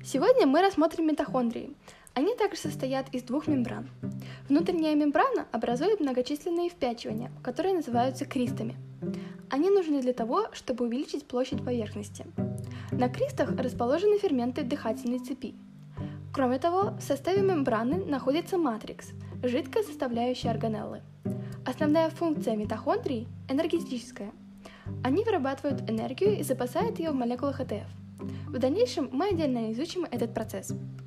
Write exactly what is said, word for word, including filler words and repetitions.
Сегодня мы рассмотрим митохондрии. Они также состоят из двух мембран. Внутренняя мембрана образует многочисленные впячивания, которые называются кристами. Они нужны для того, чтобы увеличить площадь поверхности. На кристах расположены ферменты дыхательной цепи. Кроме того, в составе мембраны находится матрикс – жидкая составляющая органеллы. Основная функция митохондрий – энергетическая. Они вырабатывают энергию и запасают ее в молекулах эй ти эф. В дальнейшем мы отдельно изучим этот процесс.